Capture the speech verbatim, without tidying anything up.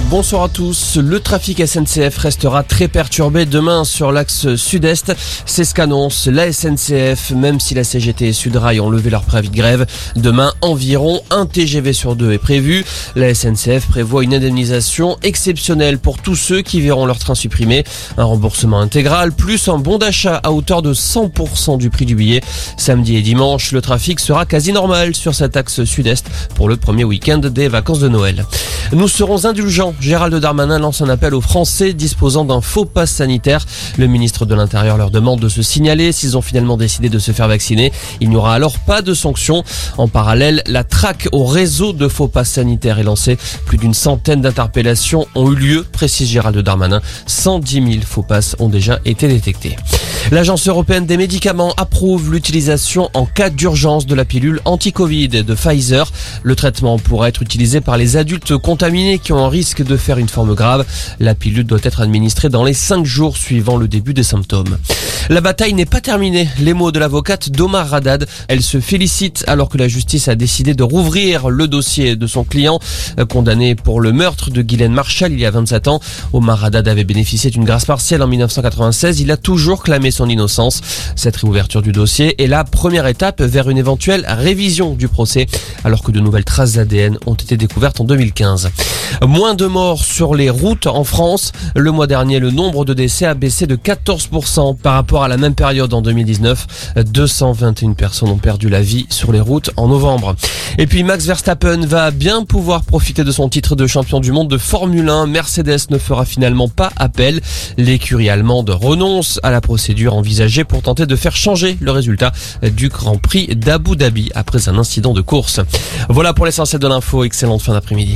Bonsoir à tous. Le trafic S N C F restera très perturbé demain sur l'axe sud-est. C'est ce qu'annonce la S N C F, même si la C G T et Sudrail ont levé leur préavis de grève. Demain, environ un T G V sur deux est prévu. La S N C F prévoit une indemnisation exceptionnelle pour tous ceux qui verront leur train supprimé. Un remboursement intégral, plus un bon d'achat à hauteur de cent pour cent du prix du billet. Samedi et dimanche, le trafic sera quasi normal sur cet axe sud-est pour le premier week-end des vacances de Noël. Nous serons indulgents. Gérald Darmanin lance un appel aux Français disposant d'un faux pass sanitaire. Le ministre de l'Intérieur leur demande de se signaler s'ils ont finalement décidé de se faire vacciner. Il n'y aura alors pas de sanctions. En parallèle, la traque au réseau de faux pass sanitaires est lancée. Plus d'une centaine d'interpellations ont eu lieu, précise Gérald Darmanin. cent dix mille faux pass ont déjà été détectés. L'Agence européenne des médicaments approuve l'utilisation en cas d'urgence de la pilule anti-Covid de Pfizer. Le traitement pourra être utilisé par les adultes contaminés qui ont un risque de faire une forme grave. La pilule doit être administrée dans les cinq jours suivant le début des symptômes. La bataille n'est pas terminée. Les mots de l'avocate d'Omar Haddad. Elle se félicite alors que la justice a décidé de rouvrir le dossier de son client, condamné pour le meurtre de Ghislaine Marchal il y a vingt-sept ans. Omar Haddad avait bénéficié d'une grâce partielle en dix-neuf cent quatre-vingt-seize. Il a toujours clamé son innocence. Cette réouverture du dossier est la première étape vers une éventuelle révision du procès, alors que de nouvelles traces A D N ont été découvertes en deux mille quinze. Moins de morts sur les routes en France. Le mois dernier, le nombre de décès a baissé de quatorze pour cent par rapport à la même période en deux mille dix-neuf. deux cent vingt et une personnes ont perdu la vie sur les routes en novembre. Et puis Max Verstappen va bien pouvoir profiter de son titre de champion du monde de Formule un. Mercedes ne fera finalement pas appel. L'écurie allemande renonce à la procédure envisagée pour tenter de faire changer le résultat du Grand Prix d'Abu Dhabi après un incident de course. Voilà pour l'essentiel de l'info. Excellente fin d'après-midi.